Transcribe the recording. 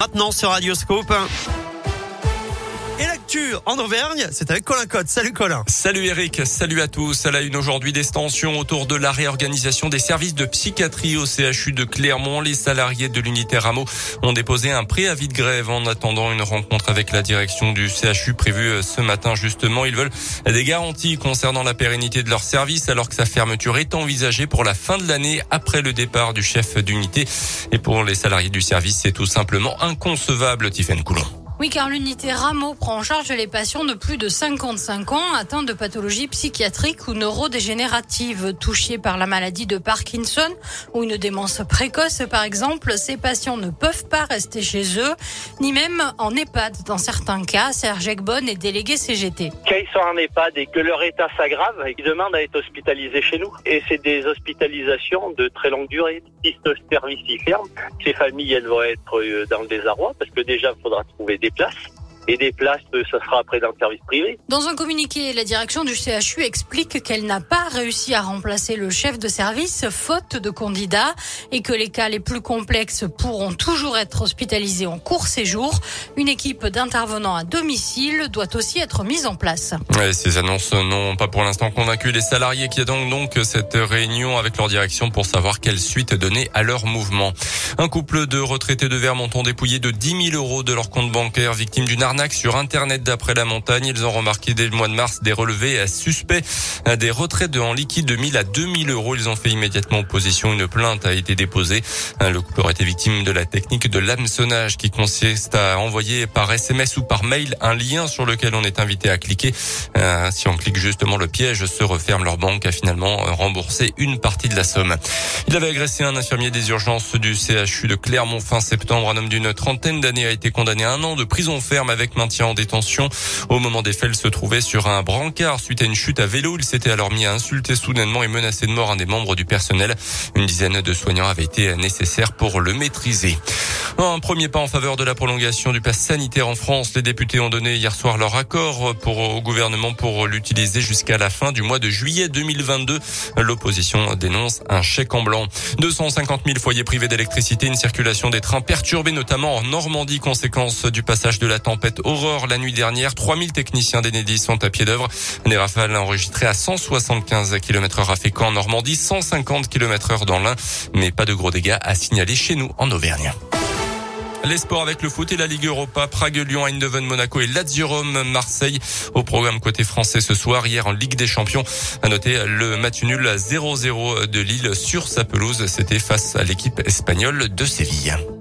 maintenant sur Radioscope. Et l'actu en Auvergne, c'est avec Colin Cotte. Salut Colin. Salut Eric, salut à tous. À la une aujourd'hui, des tensions autour de la réorganisation des services de psychiatrie au CHU de Clermont. Les salariés de l'unité Rameau ont déposé un préavis de grève en attendant une rencontre avec la direction du CHU prévue ce matin. Justement, ils veulent des garanties concernant la pérennité de leur service alors que sa fermeture est envisagée pour la fin de l'année après le départ du chef d'unité. Et pour les salariés du service, c'est tout simplement inconcevable, Tiffaine Coulon. Oui, car l'unité Rameau prend en charge les patients de plus de 55 ans atteints de pathologies psychiatriques ou neurodégénératives, touchés par la maladie de Parkinson ou une démence précoce, par exemple. Ces patients ne peuvent pas rester chez eux, ni même en EHPAD dans certains cas. Serge Egbon est délégué CGT. Quand ils sont en EHPAD et que leur état s'aggrave, ils demandent à être hospitalisés chez nous. Et c'est des hospitalisations de très longue durée. Si ce service y ferme, ces familles, elles vont être dans le désarroi parce que déjà, il faudra trouver des places. Et des places, ça sera après dans le service privé. Dans un communiqué, la direction du CHU explique qu'elle n'a pas réussi à remplacer le chef de service faute de candidats et que les cas les plus complexes pourront toujours être hospitalisés en court séjour. Une équipe d'intervenants à domicile doit aussi être mise en place. Ouais, ces annonces n'ont pas pour l'instant convaincu les salariés qui attendent donc cette réunion avec leur direction pour savoir quelle suite donner à leur mouvement. Un couple de retraités de Vermont ont dépouillé de 10 000 euros de leur compte bancaire, victime d'une arnaque sur Internet d'après La Montagne. Ils ont remarqué dès le mois de mars des relevés suspects, des retraits en liquide de 1 000 à 2 000 euros. Ils ont fait immédiatement opposition. Une plainte a été déposée. Le couple aurait été victime de la technique de l'hameçonnage qui consiste à envoyer par SMS ou par mail un lien sur lequel on est invité à cliquer. Si on clique justement, le piège se referme. Leur banque a finalement remboursé une partie de la somme. Il avait agressé un infirmier des urgences du CHU de Clermont fin septembre. Un homme d'une trentaine d'années a été condamné à 1 an de prison ferme avec maintien en détention. Au moment des faits, il se trouvait sur un brancard suite à une chute à vélo. Il s'était alors mis à insulter soudainement et menacer de mort un des membres du personnel. Une dizaine de soignants avaient été nécessaires pour le maîtriser. Un premier pas en faveur de la prolongation du pass sanitaire en France. Les députés ont donné hier soir leur accord au gouvernement pour l'utiliser jusqu'à la fin du mois de juillet 2022. L'opposition dénonce un chèque en blanc. 250 000 foyers privés d'électricité, une circulation des trains perturbée notamment en Normandie, conséquence du passage de la tempête Aurore la nuit dernière. 3000 techniciens d'Enedis sont à pied d'œuvre. Des rafales enregistrées à 175 km/h à Fécamp en Normandie, 150 km/h dans l'Ain, mais pas de gros dégâts à signaler chez nous en Auvergne. Les sports avec le foot et la Ligue Europa, Prague, Lyon, Eindhoven, Monaco et Lazio Rome, Marseille. Au programme côté français ce soir, hier en Ligue des Champions. À noter le match nul à 0-0 de Lille sur sa pelouse. C'était face à l'équipe espagnole de Séville.